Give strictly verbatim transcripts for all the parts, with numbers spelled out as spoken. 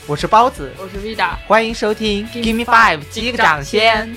我是包子， 我是 Vida， 欢迎收听 Give me five 击个掌先。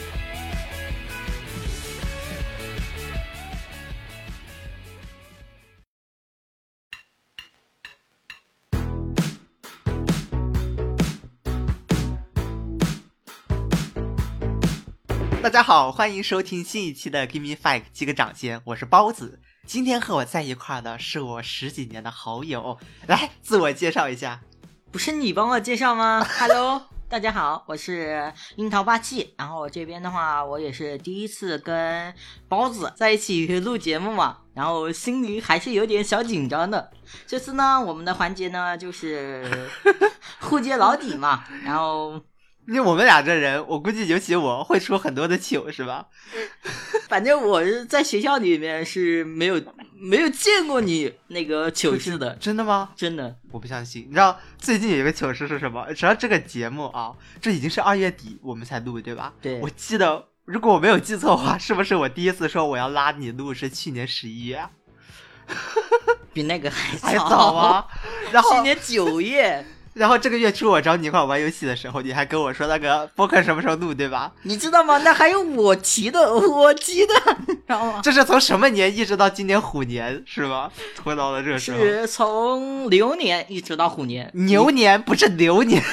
大家好，欢迎收听新一期的 Give me five 击个掌先，我是包子。今天和我在一块的是我十几年的好友，来自我介绍一下。 不是你帮我介绍吗？ Hello 大家好，我是樱桃霸气。然后这边的话，我也是第一次跟包子在一起录节目嘛，然后心里还是有点小紧张的。这次呢，我们的环节呢就是互揭老底嘛，然后因为我们俩这人，我估计尤其我会出很多的糗，是吧？ 反正我是在学校里面是没有没有见过你那个糗事的。 真的吗？ 真的， 我不相信。你知道最近有一个糗事是什么？只要这个节目啊，这已经是二月底我们才录，对吧？ 对。 我记得，如果我没有记错的话，是不是我第一次说我要拉你录是去年十一月？ 比那个还早还早吗？然后去年九月。 然后这个月初我找你一块玩游戏的时候，你还跟我说那个播客什么时候录，对吧？ 你知道吗？那还有我提的，我提的，你知道吗？ 这是从什么年一直到今年虎年，是吧？拖到了这个时候。 是从流年一直到虎年。 牛年不是流年。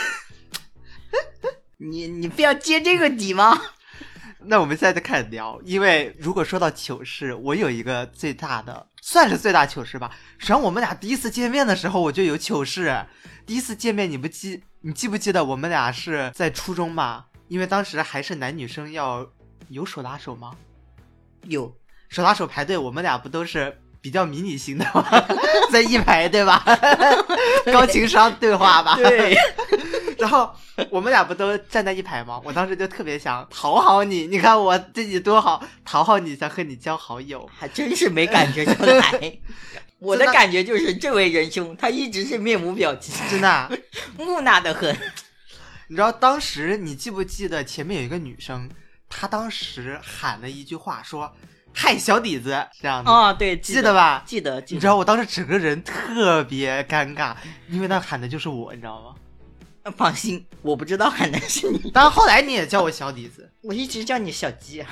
你你非要接这个底吗？ 那我们现在就开始聊，因为如果说到糗事，我有一个最大的，算是最大糗事吧。实际上我们俩第一次见面的时候我就有糗事。第一次见面，你不记你记不记得我们俩是在初中吧？因为当时还是男女生要有手拉手吗？ 有手拉手排队，我们俩不都是比较迷你型的吗？在一排，对吧？高情商对话吧。 对。 然后我们俩不都站在一排吗？我当时就特别想讨好你，你看我对你多好，讨好你，想和你交好友。 还真是没感觉出来。我的感觉就是这位仁兄他一直是面无表情， 真的、啊、 木讷的很。 你知道当时你记不记得前面有一个女生，她当时喊了一句话说嗨小底子这样子。 哦对， 记得吧？ 记得记得。 你知道我当时整个人特别尴尬，因为那喊的就是我，你知道吗？ 放心，我不知道喊的是你。 但后来你也叫我小底子。 我一直叫你小鸡。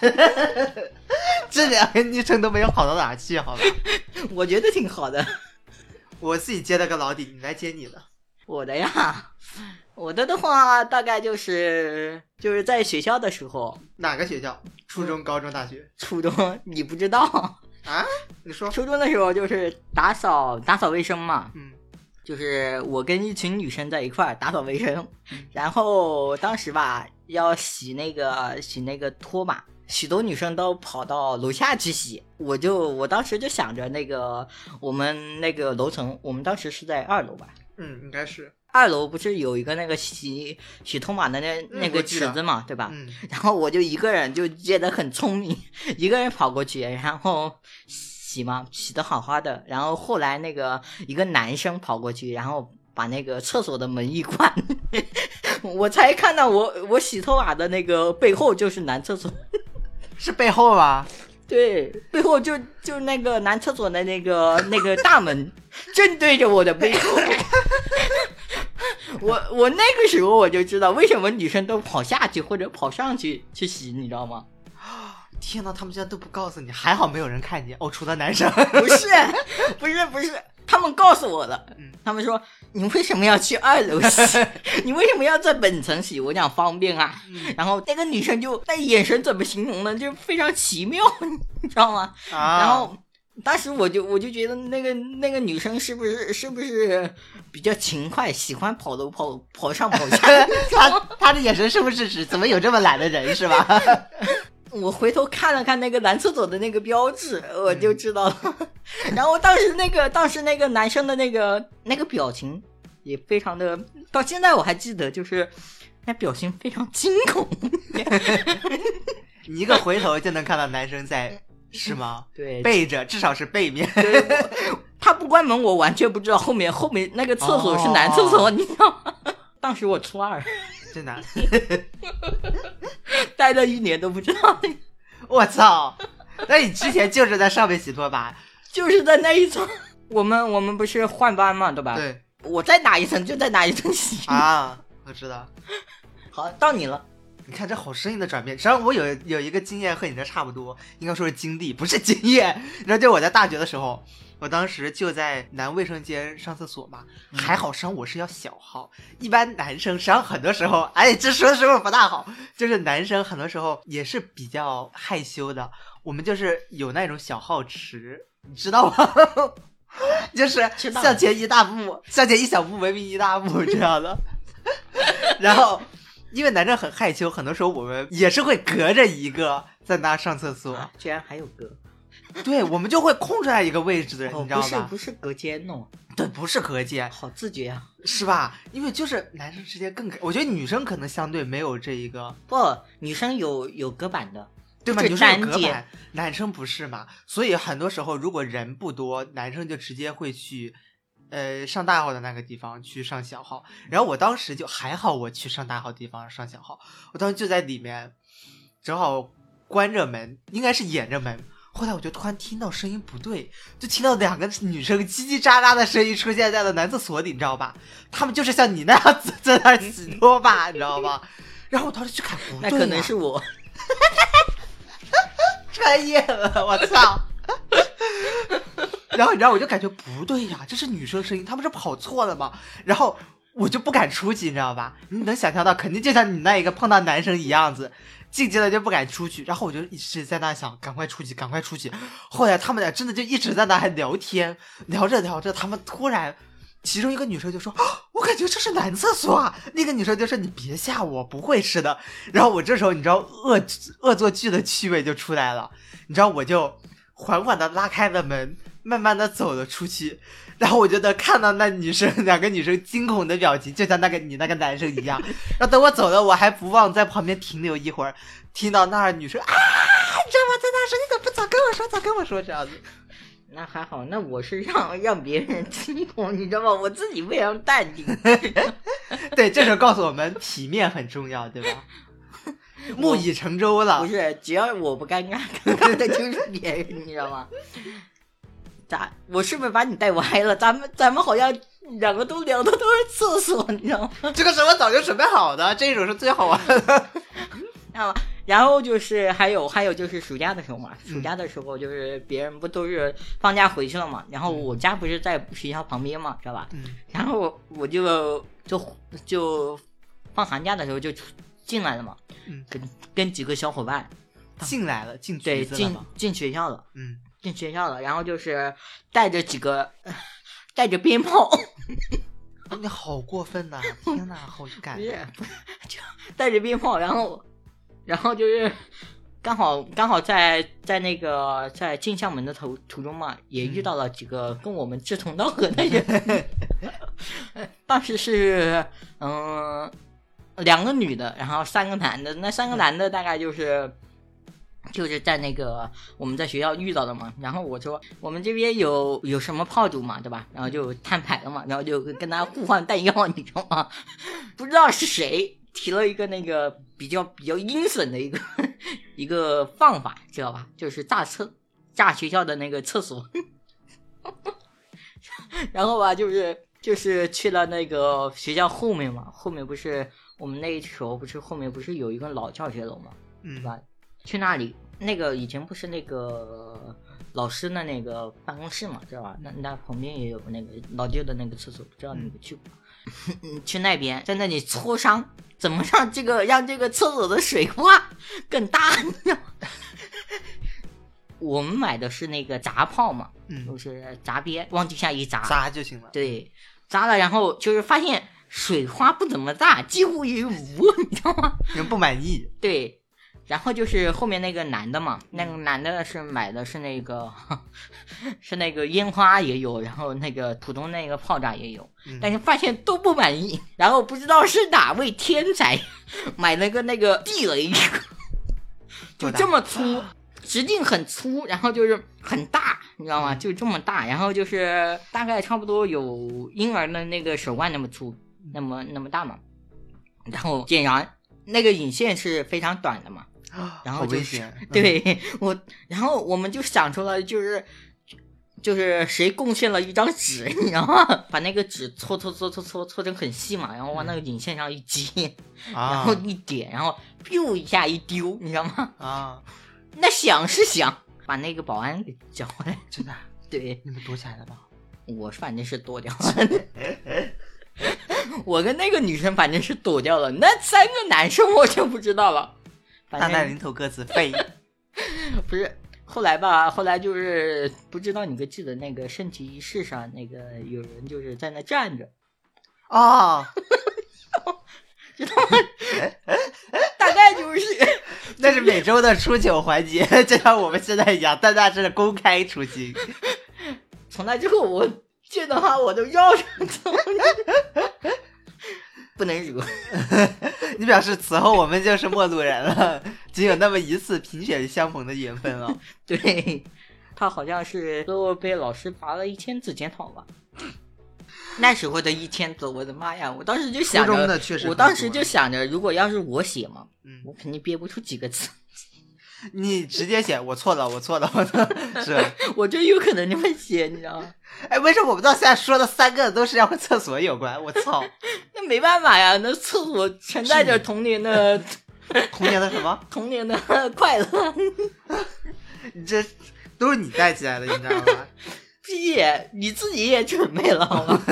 这两个昵称都没有好到哪去，好吧？ 我觉得挺好的。 我自己接了个老底，你来接你的。 我的呀，我的的话大概就是就是在学校的时候。 哪个学校？初中、高中、大学？ 初中，你不知道啊？你说。 初中的时候就是打扫打扫卫生嘛。 嗯。 就是我跟一群女生在一块打扫卫生，然后当时吧要洗那个洗那个拖把，许多女生都跑到楼下去洗，我就我当时就想着那个我们那个楼层，我们当时是在二楼吧？ 嗯，应该是二楼，不是有一个那个洗洗拖把的那、嗯、那个池子嘛，对吧？ 嗯。 然后我就一个人就觉得很聪明，一个人跑过去，然后洗嘛，洗得好好的。然后后来那个一个男生跑过去，然后把那个厕所的门一关，我才看到我我洗拖把的那个背后就是男厕所。 是背后吧？ 对，背后就就那个男厕所的那个那个大门正对着我的背后。我我那个时候我就知道为什么女生都跑下去或者跑上去去洗，你知道吗？ 天哪，他们居然都不告诉你，还好没有人看见哦，除了男生。 不是不是不是，他们告诉我了。 嗯， 他们说你为什么要去二楼洗？你为什么要在本层洗？我讲方便啊。嗯、然后那个女生就那眼神怎么形容呢？就非常奇妙，你知道吗？啊、然后当时我就我就觉得那个那个女生是不是是不是比较勤快，喜欢跑楼跑跑上跑下？ 她她的眼神是不是指怎么有这么懒的人是吧？ 我回头看了看那个男厕所的那个标志，我就知道了。嗯、然后当时那个当时那个男生的那个那个表情也非常的，到现在我还记得，就是那表情非常惊恐。 你一个回头就能看到男生在，是吗？ 对， 背着，至少是背面。 他不关门，我完全不知道后面后面那个厕所是男厕所，哦、你知道吗？当时我初二。 真的。 待了一年都不知道。 我操，那你之前就是在上面洗拖把？ 就是在那一层。我们我们不是换班嘛，对吧？ 对。 我再打一层就再打一层洗啊，我知道。 好，到你了。 你看这好生硬的转变。实际上我有有一个经验和你这差不多，应该说是经历，不是经验。你知道，就我在大学的时候，我当时就在男卫生间上厕所嘛，嗯、还好上我是要小号，一般男生实际上很多时候，哎，这说是不是不大好？就是男生很多时候也是比较害羞的，我们就是有那种小号池，你知道吗？就是向前一大步，向前一小步，文明一大步这样的。然后因为男生很害羞，很多时候我们也是会隔着一个在那上厕所、 啊、居然还有隔。 对，我们就会空出来一个位置的、哦、你知道吧？ 不是不是隔间哦， 对，不是隔间， 好自觉啊， 是吧？因为就是男生之间更，我觉得女生可能相对没有这一个， 不，女生有有隔板的， 对吗？女生有隔板，男生不是嘛？所以很多时候如果人不多，男生就直接会去呃上大号的那个地方去上小号。然后我当时就还好，我去上大号地方上小号，我当时就在里面，正好关着门，应该是掩着门。后来我就突然听到声音不对，就听到两个女生叽叽喳喳的声音出现在了男厕所里，你知道吧？他们就是像你那样子在那洗拖把，你知道吧？然后我当时去看，不对、啊， 那可能是我专业了，我操！然后你知道，我就感觉不对呀，这是女生声音，他们是跑错了吗？然后我就不敢出去，你知道吧？你能想象到，肯定就像你那一个碰到男生一样子。静静的就不敢出去，然后我就一直在那想赶快出去赶快出去。后来他们俩真的就一直在那还聊天，聊着聊着他们突然其中一个女生就说、哦、我感觉这是男厕所啊，那个女生就说你别吓我，不会是的。然后我这时候你知道恶恶作剧的趣味就出来了，你知道我就缓缓的拉开了门，慢慢的走了出去，然后我就能看到那女生两个女生惊恐的表情，就像那个你那个男生一样。然后等我走了，我还不忘在旁边停留一会儿，听到那儿女生啊，你知道吗？在那说你怎么不早跟我说，早跟我说这样子。 那还好，那我是让让别人惊恐，你知道吗？我自己非常淡定。 对，这时候告诉我们体面很重要，对吧？木已成舟了。 不是，只要我不尴尬，尴尬的就是别人，你知道吗？咋？我是不是把你带歪了？咱们咱们好像两个都聊的都是厕所，你知道吗？ 这个是我早就准备好的，这一种是最好玩的。 然后就是还有还有就是暑假的时候嘛，暑假的时候就是别人不都是放假回去了嘛，然后我家不是在学校旁边嘛，知道吧？嗯。然后我就就就放寒假的时候就进来了嘛，嗯，跟跟几个小伙伴进来了，进对进进学校了， 嗯， 进学校了，然后就是带着几个带着鞭炮。 你好过分呐！天哪，好敢！ 就带着鞭炮，然后。然后就是刚好刚好在在那个在进校门的途途中嘛，也遇到了几个跟我们志同道合的人。当时是嗯两个女的，然后三个男的，那三个男的大概就是就是在那个我们在学校遇到的嘛。然后我说我们这边有有什么炮竹嘛，对吧？然后就摊牌了嘛，然后就跟他互换弹药，你知道吗？不知道是谁提了一个那个比较比较阴损的一个一个方法，知道吧？就是炸厕炸学校的那个厕所。然后吧，就是就是去了那个学校后面嘛，后面不是我们那时候不是后面不是有一个老教学楼嘛， 嗯， 对吧？去那里，那个以前不是那个老师的那个办公室嘛，知道吧？那那旁边也有那个老旧的那个厕所，不知道你们去过？嗯，去那边在那里搓伤，怎么让这个让这个厕所的水花更大？你知道吗？我们买的是那个砸炮嘛，嗯，就是砸边往底下一砸， 砸就行了。 对，砸了，然后就是发现水花不怎么大，几乎也无，你知道吗？ 人不满意。 对。然后就是后面那个男的嘛，那个男的是买的是那个是那个烟花也有，然后那个普通那个炮仗也有，嗯，但是发现都不满意，然后不知道是哪位天才买了个那个地雷，就这么粗，直径很粗，然后就是很大，你知道吗？就这么大，然后就是大概差不多有婴儿的那个手腕那么粗，那么那么大嘛，然后点燃那个引线是非常短的嘛。然后就是、 嗯、 对我，然后我们就想出了，就是就是谁贡献了一张纸，你知道吗？把那个纸搓搓搓搓搓搓成很细嘛，然后往那个引线上一接， 啊、 然后一点，然后 biu 一下一丢，你知道吗？ 啊， 那想是想把那个保安给叫回来， 真的？ 对， 你们躲起来了吗？ 我反正是躲掉了。我跟那个女生反正是躲掉了，那三个男生我就不知道了。 大难临头各自飞。 不是，后来吧，后来就是不知道你可记得那个升旗仪式上，那个有人就是在那站着。 哦， 知道吗？大概就是那是每周的初九环节，就像我们现在一样，但那是公开出行。 从那之后，我见到他我都绕着走，不能惹。 你表示此后我们就是陌路人了，仅有那么一次萍水相逢的缘分了。 对，他好像是最后被老师罚了一千字检讨吧。那时候的一千字，我的妈呀！我当时就想着，我当时就想着，如果要是我写嘛，嗯，我肯定憋不出几个字。 你直接写，我错了，我错了，我错了是， 我就有可能这么写，你知道吗？ 哎，为什么我们到现在说的三个都是要和厕所有关？我操！ 那没办法呀，那厕所承载着童年的童年的什么？ 童年的快乐。 你这都是你带起来的，你知道吗？ 屁，你自己也准备了好吗？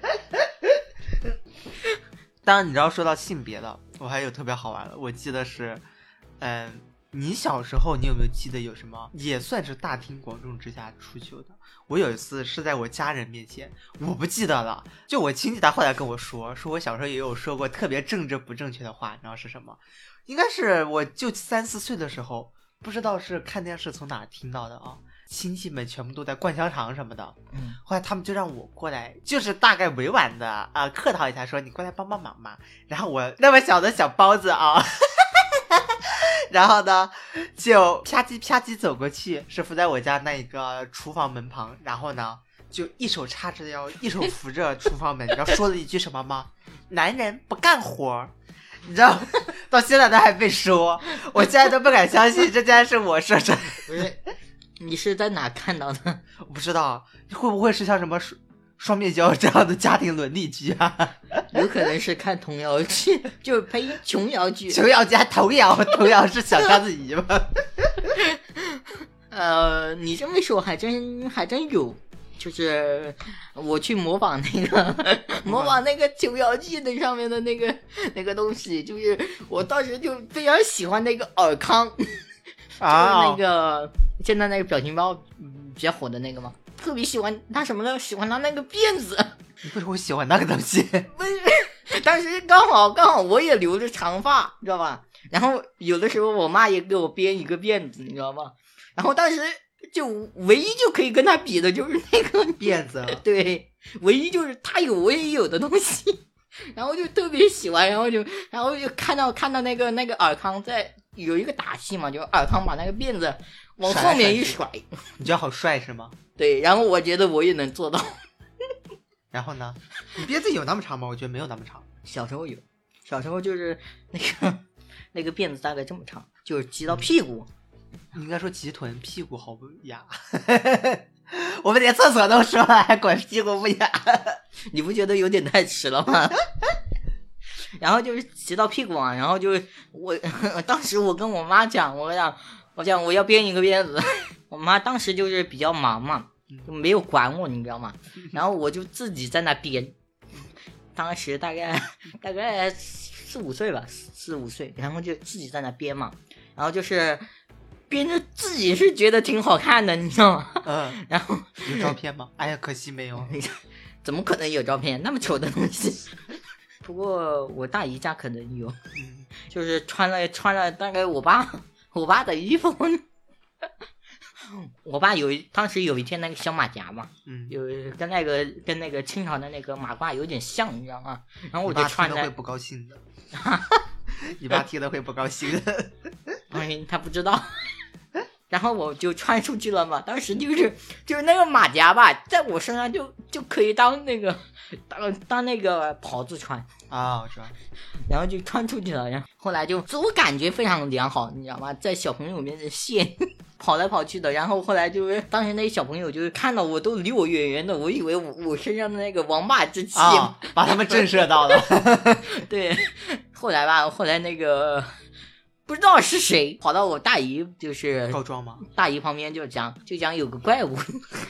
当然，你知道说到性别了，我还有特别好玩的，我记得是，嗯、呃，你小时候你有没有记得有什么也算是大庭广众之下出糗的？我有一次是在我家人面前，我不记得了，就我亲戚他后来跟我说，说我小时候也有说过特别政治不正确的话，你知道是什么？应该是我就三四岁的时候，不知道是看电视从哪听到的啊。亲戚们全部都在灌香肠什么的，嗯，后来他们就让我过来，就是大概委婉的啊、呃、客套一下，说你过来帮帮忙嘛。然后我那么小的小包子啊，然后呢就啪叽啪叽走过去，是扶在我家那个厨房门旁，然后呢就一手叉着腰，一手扶着厨房门，然后说了一句什么吗？男人不干活。你知道，到现在都还被说，我现在都不敢相信这竟然是我说出来。 不是。你是在哪看到的？ 我不知道，会不会是像什么双面胶这样的家庭伦理剧啊？ 有可能是看童谣剧，就是配琼瑶剧。 琼瑶加童谣，童谣是小章子怡吗？ 呃，你这么一说，还真还真有，就是我去模仿那个模仿那个琼瑶剧的上面的那个那个东西，就是我当时就非常喜欢那个尔康。啊，就是那个现在那个表情包比较火的那个嘛，特别喜欢他什么呢？喜欢他那个辫子。 你为什么会喜欢那个东西？ 不是，当时刚好刚好我也留着长发，你知道吧？然后有的时候我妈也给我编一个辫子，你知道吗？然后当时就唯一就可以跟他比的就是那个辫子， 对，唯一就是他有我也有的东西。然后就特别喜欢，然后就然后就看到看到那个那个尔康在有一个打戏嘛，就尔康把那个辫子往后面一甩， 你觉得好帅是吗？ 对，然后我觉得我也能做到。 然后呢？你辫子有那么长吗？我觉得没有那么长。 小时候有，小时候就是那个那个辫子大概这么长，就是及到屁股。 你应该说及臀，屁股好不雅。我们连厕所都说了，还管屁股不雅？ 你不觉得有点太迟了吗？然后就是骑到屁股啊，然后就我当时我跟我妈讲，我讲我讲我要编一个辫子，我妈当时就是比较忙嘛，就没有管我，你知道吗？然后我就自己在那编，当时大概大概四五岁吧，四五岁，然后就自己在那编嘛，然后就是编着自己是觉得挺好看的，你知道吗？ 嗯， 然后有照片吗？哎呀，可惜没有。 怎么可能有照片？那么丑的东西。不过我大姨家可能有，嗯、就是穿了穿了大概我爸我爸的衣服。我爸有当时有一天那个小马甲嘛，嗯，有跟那个跟那个清朝的那个马褂有点像，你知道吗？然后我就穿着。 你爸听了会不高兴的。你爸听了会不高兴的。 哎，他不知道。 然后我就穿出去了嘛，当时就是就是那个马甲吧，在我身上就就可以当那个当当那个袍子穿啊，我知道。 然后就穿出去了，然后后来就自我感觉非常良好，你知道吗？在小朋友面前现跑来跑去的，然后后来就是当时那些小朋友就是看到我都离我远远的，我以为我我身上的那个王霸之气、 啊、把他们震慑到了。 对，后来吧，后来那个。不知道是谁跑到我大姨就是告状吗？ 大姨旁边就讲就讲有个怪物，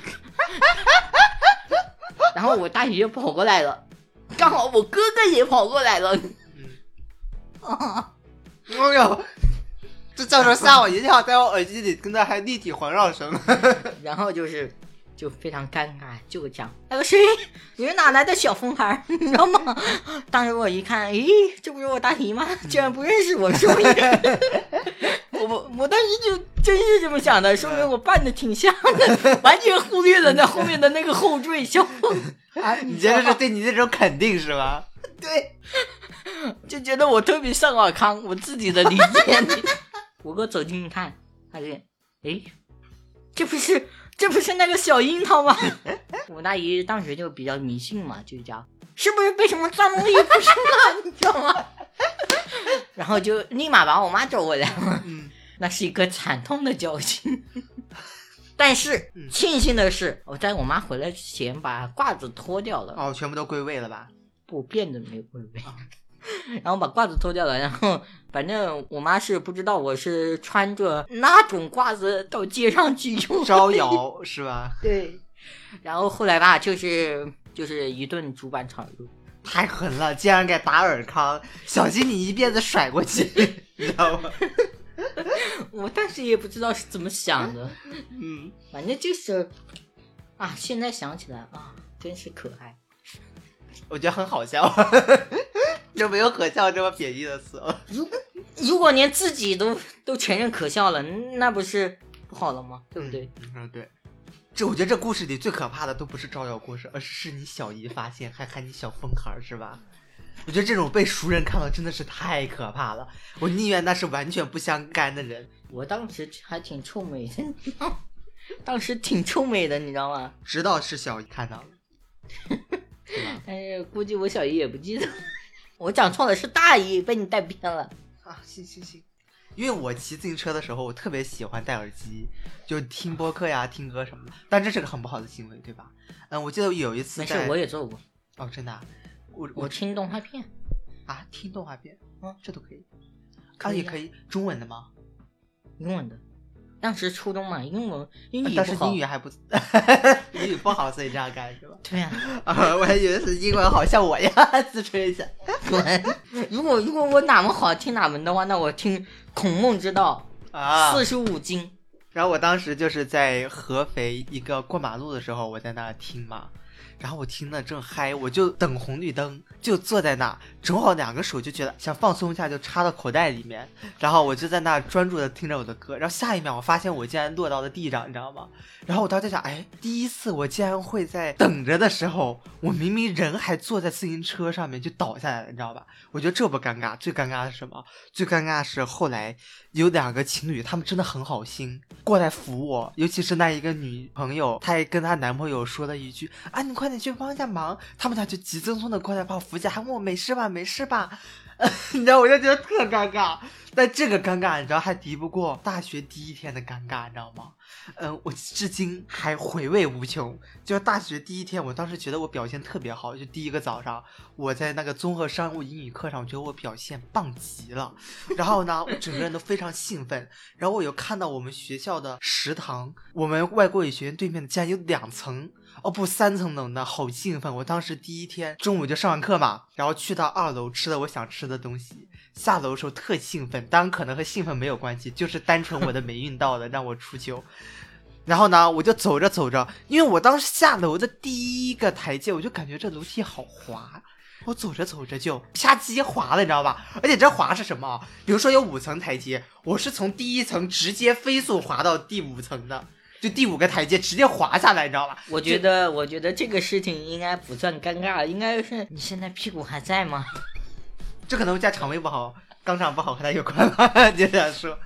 然后我大姨就跑过来了，刚好我哥哥也跑过来了。嗯，啊， 哎呦，这叫声吓我一跳，在我耳机里跟着还立体环绕声。 然后就是就非常尴尬，就讲那个谁，你是哪来的小疯孩，你知道吗？当时我一看，诶，这不是我大姨吗？居然不认识我，说明我我我当时就真是这么想的，说明我扮的挺像的，完全忽略了那后面的那个后缀小疯孩。 你觉得是对你这种肯定是吧？ 对，就觉得我特别像尔康，我自己的理解。我哥走近一看，发现，诶，这不是。这不是那个小樱桃吗？我大姨当时就比较迷信嘛，就讲是不是被什么脏东西附身了，你知道吗？然后就立马把我妈找回来了。嗯，那是一个惨痛的教训。但是庆幸的是，我在我妈回来之前把褂子脱掉了。 哦，全部都归位了吧？ 不，变得没有归位。然后把褂子脱掉了，然后反正我妈是不知道我是穿着那种褂子到街上去招摇是吧？ 对，然后后来吧，就是就是一顿竹板炒肉， 太狠了，竟然敢打尔康，小心你一辫子甩过去，你知道吗？ 我当时也不知道是怎么想的， 嗯， 反正就是啊，现在想起来啊，真是可爱。 我觉得很好笑。就没有可笑这么贬义的词。 如果如果连自己都都承认可笑了，那不是不好了吗？对不对？ 嗯，对。这我觉得这故事里最可怕的都不是招摇过市，而是是你小姨发现还喊你小疯孩是吧？我觉得这种被熟人看到真的是太可怕了，我宁愿那是完全不相干的人。 我当时还挺臭美的，当时挺臭美的，你知道吗？ 直到是小姨看到了。 但是估计我小姨也不记得。我讲错了，是大姨，被你带偏了啊！行行行，因为我骑自行车的时候，我特别喜欢戴耳机，就听播客呀、听歌什么的。但这是个很不好的行为，对吧？嗯，我记得有一次在， 没事，我也做过。 哦，真的、啊？我我听动画片啊，听动画片，嗯，这都可以。 可以、啊、 也可以，中文的吗？ 英文的。当时初中嘛，英文英语不好， 但是英语还不英语不好，所以这样干是吧？ 对呀、 啊，啊，我还以为是英文好，像我呀，自吹一下。 如果如果我哪门好听哪门的话，那我听《孔孟之道》 啊， 四书五经。 然后我当时就是在合肥一个过马路的时候，我在那听嘛。然后我听得正嗨，我就等红绿灯，就坐在那，正好两个手就觉得想放松一下，就插到口袋里面，然后我就在那专注的听着我的歌，然后下一秒我发现我竟然落到了地上，你知道吗？然后我当时在想，哎，第一次我竟然会在等着的时候，我明明人还坐在自行车上面就倒下来了，你知道吧？我觉得这不尴尬，最尴尬的是什么？最尴尬的是后来有两个情侣，他们真的很好心过来扶我，尤其是那一个女朋友，她还跟她男朋友说了一句啊，你快点去帮一下忙，他们俩就急匆匆的过来把我扶起来，还问我没事吧没事吧、呃、你知道我就觉得特尴尬，但这个尴尬你知道还敌不过大学第一天的尴尬，你知道吗？嗯、呃，我至今还回味无穷。就是大学第一天，我当时觉得我表现特别好，就第一个早上我在那个综合商务英语课上，我觉得我表现棒极了。然后呢，我整个人都非常兴奋。然后我有看到我们学校的食堂，我们外国语学院对面的竟然有两层，哦不，三层楼的，好兴奋！我当时第一天中午就上完课嘛，然后去到二楼吃了我想吃的东西，下楼的时候特兴奋，当然可能和兴奋没有关系，就是单纯我的霉运到了让我出糗。然后呢，我就走着走着，因为我当时下楼的第一个台阶，我就感觉这楼梯好滑，我走着走着就啪叽滑了，你知道吧？而且这滑是什么？比如说有五层台阶，我是从第一层直接飞速滑到第五层的。就第五个台阶直接滑下来，你知道吧？ 我觉得我觉得这个事情应该不算尴尬，应该是你现在屁股还在吗？ 这可能加肠胃不好肛肠不好和他有关吧，就这样说。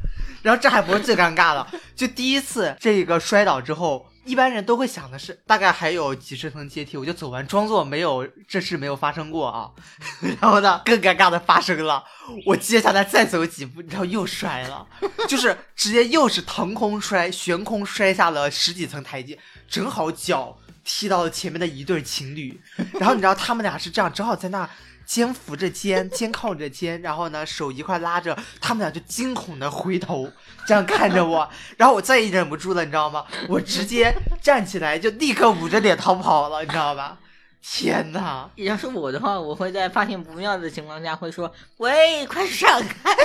然后这还不是最尴尬的，就第一次这个摔倒之后，一般人都会想的是大概还有几十层阶梯，我就走完，装作没有这事没有发生过啊。然后呢，更尴尬的发生了，我接下来再走几步，然后又摔了，就是直接又是腾空摔，悬空摔下了十几层台阶，正好脚踢到了前面的一对情侣。然后你知道他们俩是这样，正好在那肩扶着肩，肩靠着肩，然后呢手一块拉着，他们俩就惊恐的回头这样看着我，然后我再也忍不住了，你知道吗？我直接站起来就立刻捂着脸逃跑了，你知道吧？天哪！ 要是我的话，我会在发现不妙的情况下会说：“喂，快闪开！”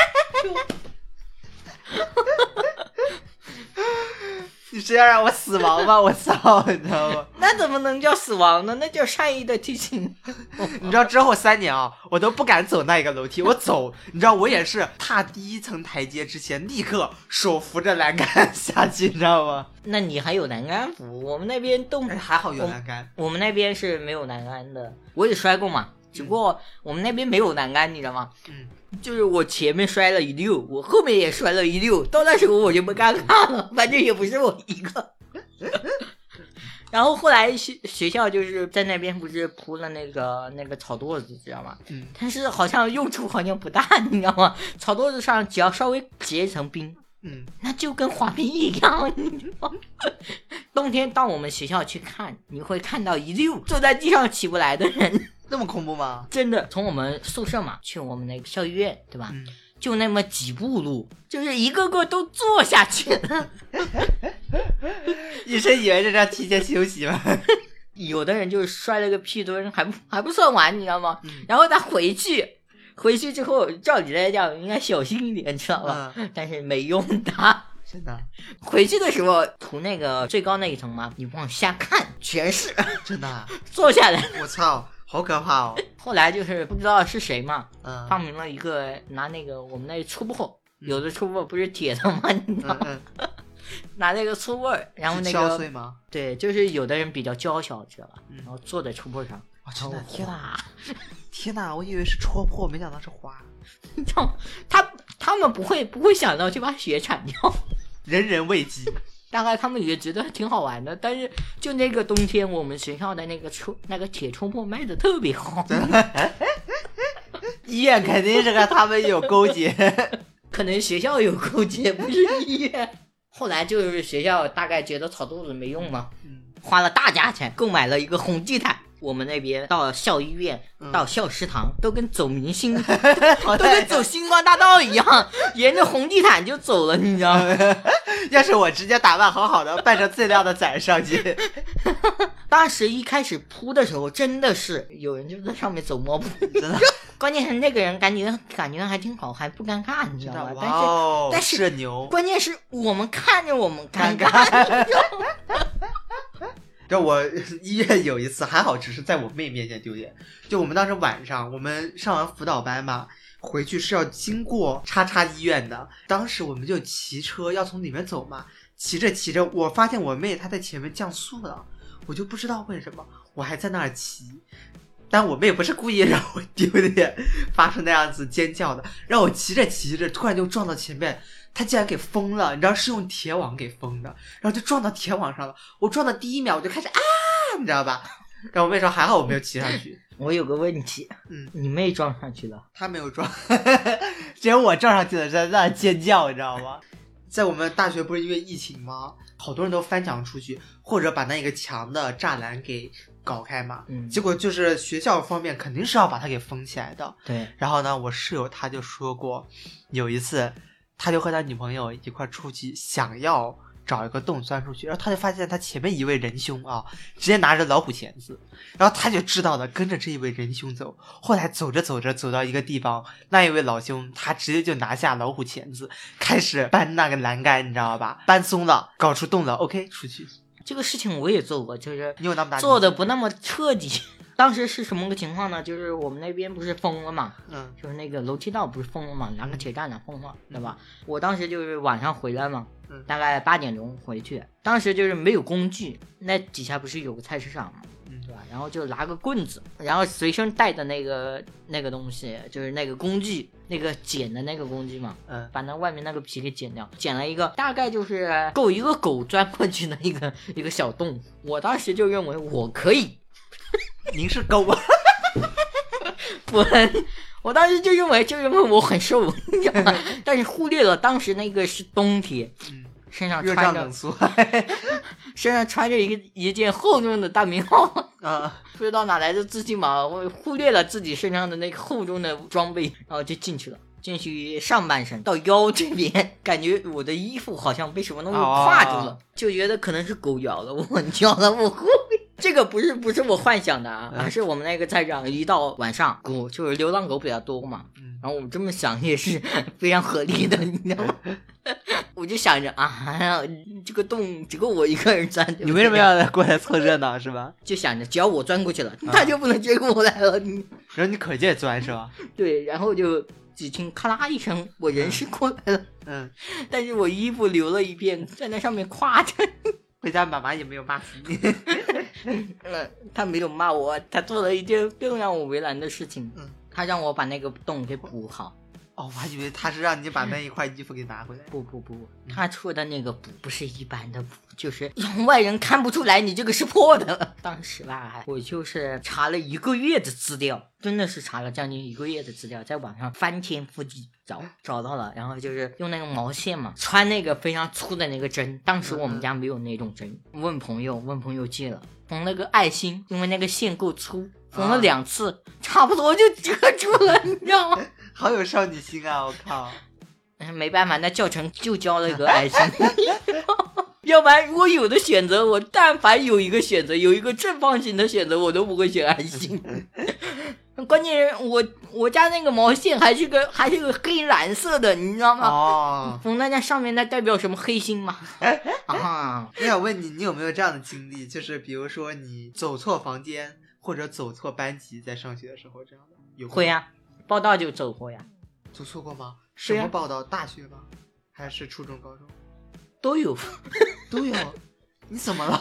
你是要让我死亡吗？我操，你知道吗？ 那怎么能叫死亡呢？那叫善意的提醒。 你知道之后三年啊，我都不敢走那个楼梯，我走，你知道我也是踏第一层台阶之前，立刻手扶着栏杆下去，你知道吗？ 那你还有栏杆扶？我们那边都、 哎、还好有栏杆我，我们那边是没有栏杆的。我也摔过嘛，只不过我们那边没有栏杆，你知道吗？嗯。就是我前面摔了一溜，我后面也摔了一溜，到那时候我就不尴尬了，反正也不是我一个。然后后来学学校就是在那边不是铺了那个那个草垛子，知道吗？嗯。但是好像用处好像不大，你知道吗？草垛子上只要稍微结一层冰，嗯，那就跟滑冰一样，你知道吗？冬天到我们学校去看，你会看到一溜坐在地上起不来的人。 那么恐怖吗？ 真的，从我们宿舍嘛去我们那个校医院，对吧？嗯、就那么几步路，就是一个个都坐下去了。 医生以为这是要提前休息吗？ 有的人就是摔了个屁墩，还不还不算完，你知道吗？嗯、然后他回去，回去之后照理来讲应该小心一点，知道吧？嗯、但是没用的。 真的， 回去的时候涂那个最高那一层嘛，你往下看全是， 真的。 坐下来， 我操！好可怕哦！ 后来就是不知道是谁嘛，嗯，发明了一个拿那个我们那粗布，嗯、有的粗布不是铁的吗？你知道吗？嗯嗯、拿那个粗布，然后那个敲碎吗？ 对，就是有的人比较娇小，知道吧？嗯、然后坐在粗布上， 哇，真的天哪！天哪！我以为是戳破，没想到是花。 你知道，他他们不会不会想到去把血铲掉， 人人畏惧。 大概他们也觉得挺好玩的，但是就那个冬天，我们学校的那个冲那个铁冲破卖的特别好。 医院肯定是和他们有勾结， 可能学校有勾结，不是医院。后来就是学校大概觉得草垛子没用嘛，嗯、花了大价钱购买了一个红地毯。我们那边到校医院、嗯、到校食堂都跟走明星，都跟走星光大道一样，沿着红地毯就走了，你知道吗？ 要是我直接打扮好好的，扮成最靓的仔上去。 当时一开始铺的时候，真的是有人就在上面走摸步，真的。关键是那个人感觉感觉还挺好，还不尴尬，你知道吗？但是但是是牛， 关键是我们看着我们尴尬。 就我医院有一次还好，只是在我妹面前丢脸。就我们当时晚上，我们上完辅导班嘛，回去是要经过叉叉医院的。当时我们就骑车要从里面走嘛，骑着骑着，我发现我妹她在前面降速了，我就不知道为什么，我还在那儿骑。但我妹不是故意让我丢脸，发出那样子尖叫的，让我骑着骑着，突然就撞到前面。他竟然给封了，你知道是用铁网给封的，然后就撞到铁网上了。我撞的第一秒我就开始啊，你知道吧？然后我妹说还好我没有骑上去。 我有个问题，嗯，你妹撞上去了， 她没有撞，只有我撞上去了，在那尖叫，你知道吗？在我们大学不是因为疫情吗？好多人都翻墙出去，或者把那个墙的栅栏给搞开嘛。嗯，结果就是学校方面肯定是要把它给封起来的。 对。 然后呢，我室友他就说过，有一次。他就和他女朋友一块出去，想要找一个洞钻出去，然后他就发现他前面一位仁兄啊，直接拿着老虎钳子，然后他就知道了，跟着这一位仁兄走。后来走着走着，走到一个地方，那一位老兄他直接就拿下老虎钳子，开始搬那个栏杆，你知道吧？搬松了，搞出洞了 ，OK， 出去。 这个事情我也做过，就是你有那么大做的不那么彻底。 当时是什么个情况呢？就是我们那边不是封了嘛， 嗯， 就是那个楼梯道不是封了嘛，两个铁栅栏封了，嗯、对吧？我当时就是晚上回来嘛， 嗯， 大概八点钟回去，当时就是没有工具，那底下不是有个菜市场嘛，嗯，对吧？然后就拿个棍子，然后随身带的那个那个东西，就是那个工具，那个剪的那个工具嘛， 嗯， 把那外面那个皮给剪掉，剪了一个大概就是够一个狗钻过去的一个一个小洞。我当时就认为我可以， 您是狗啊？ 我我当时就认为就认为我很瘦，你知道吗？但是忽略了当时那个是冬天，嗯，身上穿着身上穿着一个一件厚重的大棉袄啊，不知道哪来的自信嘛，我忽略了自己身上的那个厚重的装备，然后就进去了。进去上半身到腰这边，感觉我的衣服好像被什么东西跨住了，哦、就觉得可能是狗咬了我，咬了我后面。这个不是不是我幻想的啊，而是我们那个菜场一到晚上，狗就是流浪狗比较多嘛，嗯、然后我们这么想也是非常合理的，你知道吗？我就想着啊，这个洞只够我一个人钻， 你为什么要过来凑热闹是吧？ 就想着只要我钻过去了，他就不能追过来了。你然后你可劲钻是吧？ 对，然后就。只听咔啦一声，我人是过来了，嗯，但是我衣服流了一遍，在那上面挎着。 回家妈妈也没有骂死你， 嗯，他没有骂我，他做了一件更让我为难的事情，嗯，他让我把那个洞给补好。 哦，我还以为他是让你把那一块衣服给拿回来。 不不不，他说的那个补不是一般的补，就是让外人看不出来你这个是破的。当时吧，我就是查了一个月的资料，真的是查了将近一个月的资料，在网上翻天覆地找找到了，然后就是用那个毛线嘛，穿那个非常粗的那个针。当时我们家没有那种针，问朋友，问朋友借了，缝那个爱心，因为那个线够粗。缝了两次、啊、差不多就遮住了，你知道吗？ 好有少女心啊，我靠！ 没办法，那教程就教了一个爱心。要不然如果有的选择，我但凡有一个选择，有一个正方形的选择，我都不会选爱心。关键是我我家那个毛线还是个还是个黑蓝色的，你知道吗？哦，缝在那上面，那代表什么黑心吗？ 啊！我想问你，你有没有这样的经历？就是比如说你走错房间。或者走错班级，在上学的时候这样的有会呀、啊，报道就走过呀。 走错过吗？什么报道？大学吗？还是初中、高中？ 都有， 都有。你怎么了？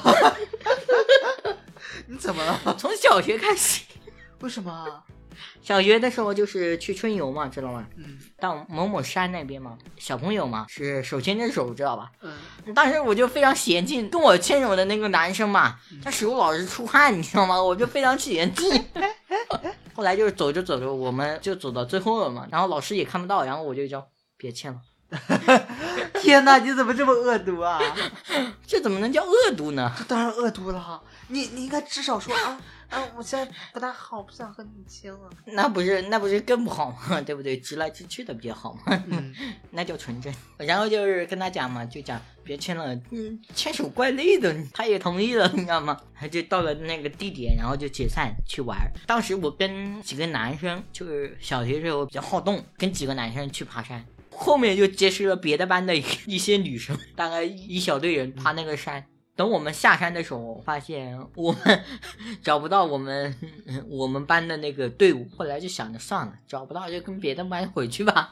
你怎么了？ 从小学开始。 为什么？ 小学的时候就是去春游嘛，知道吗？ 嗯， 到某某山那边嘛，小朋友嘛是手牵着手，知道吧？嗯，当时我就非常嫌弃跟我牵手的那个男生嘛，他手老是出汗，你知道吗？我就非常嫌弃。后来就是走着走着，我们就走到最后了嘛，然后老师也看不到，然后我就叫别牵了。 天哪，你怎么这么恶毒啊？ 这怎么能叫恶毒呢？ 这当然恶毒了，你你应该至少说啊。啊，我现在不大好，不想和你牵了。 那不是，那不是更不好吗？对不对？直来直去的比较好嘛。嗯，那叫纯真。然后就是跟他讲嘛，就讲别牵了，嗯，牵手怪累的。他也同意了，你知道吗？他就到了那个地点，然后就解散去玩。当时我跟几个男生，就是小学时候比较好动，跟几个男生去爬山。后面就结识了别的班的一些女生，大概一小队人爬那个山。等我们下山的时候，发现我们找不到我们我们班的那个队伍，后来就想着算了，找不到就跟别的班回去吧。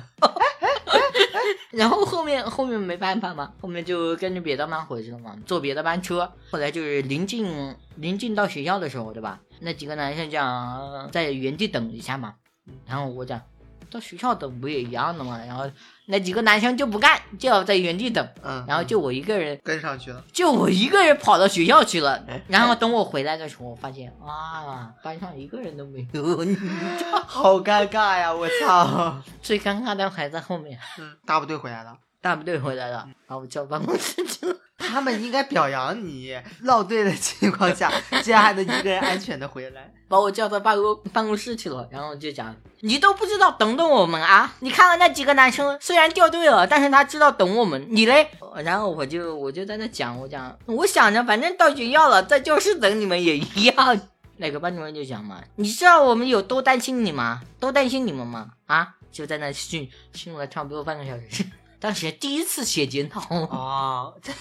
然后后面后面没办法嘛，后面就跟着别的班回去了嘛，坐别的班车。后来就是临近临近到学校的时候，对吧？那几个男生讲在原地等一下嘛，然后我讲到学校等不也一样的嘛，然后那几个男生就不干，就要在原地等，嗯，然后就我一个人跟上去了， 就我一个人跑到学校去了。然后等我回来的时候，我发现啊，班上一个人都没有， 好尴尬呀！我操， 最尴尬的还在后面。 嗯，大部队回来了， 大部队回来了，然后我叫办公室去了。 他们应该表扬你，落队的情况下竟然还能一个人安全的回来， 把我叫到办公办公室去了，然后就讲你都不知道等等我们啊！你看看那几个男生虽然掉队了，但是他知道等我们，你嘞？然后我就我就在那讲，我讲我想着反正到学校了，在教室等你们也一样。那个班主任就讲嘛，你知道我们有多担心你吗？多担心你们吗？啊，就在那训训了差不多半个小时。当时第一次写检讨哦，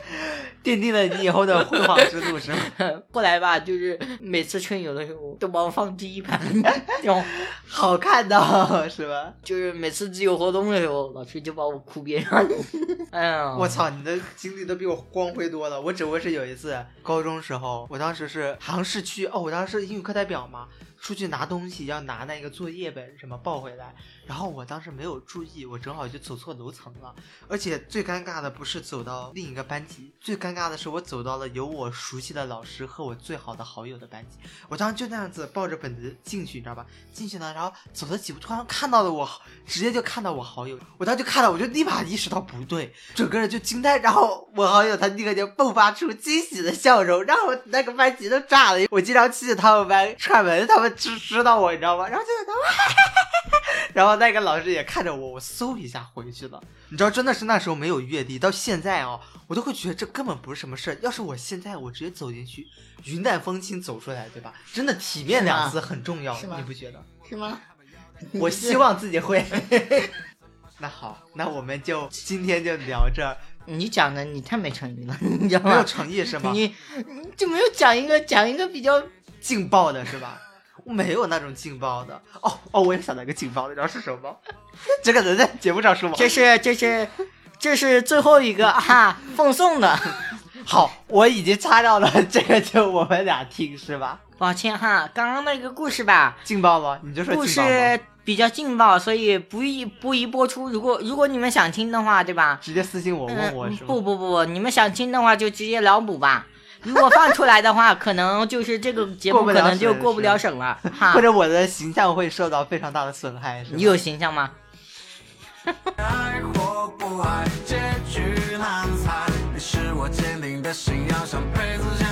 奠定了你以后的辉煌之路是吗？ 后来吧，就是每次春游的时候都把我放第一排，然后好看的是吧？ 就是每次自由活动的时候，老师就把我哭边上。哎呀， 我操，你的经历都比我光辉多了。我只不过是有一次高中时候，我当时是杭市区哦，我当时是英语课代表嘛，出去拿东西要拿那个作业本什么抱回来，然后我当时没有注意，我正好就走错楼层了。而且最尴尬的不是走到另一个班级，最尴尬的是我走到了有我熟悉的老师和我最好的好友的班级。我当时就那样子抱着本子进去，你知道吧？进去呢，然后走了几步，突然看到了我，直接就看到我好友。我当时就看到，我就立马意识到不对，整个人就惊呆。然后我好友他立刻就迸发出惊喜的笑容，然后那个班级都炸了。我经常去他们班串门，他们知知道我，你知道吗？然后就他们，然后那个老师也看着我，我嗖一下回去了。你知道，真的是那时候没有阅历，到现在哦，我都会觉得这根本不是什么事。要是我现在我直接走进去，云淡风轻走出来，对吧？真的体面两字很重要，你不觉得？ 是吗？ 我希望自己会。那好，那我们就今天就聊这儿。 你讲的你太没诚意了，你知道吗？ 没有诚意是吗？ 你你就没有讲一个讲一个比较劲爆的是吧？我没有那种劲爆的。哦哦，我也想到一个劲爆的，你知道是什么吗？这个能在节目上说吗？ 这是这是这是最后一个啊，奉送的。 好，我已经擦掉了，这个就我们俩听是吧？ 抱歉哈，刚刚那个故事吧， 劲爆吗？你就说劲爆吗？ 故事比较劲爆，所以不宜不宜播出。如果如果你们想听的话，对吧？ 直接私信我问我、嗯、是吗？ 不不不，你们想听的话就直接脑补吧。如果放出来的话，可能就是这个节目可能就过不了审了，哈， 或者我的形象会受到非常大的损害。 你有形象吗？ 爱或不爱，结局难猜。你是我坚定的信仰，像被子。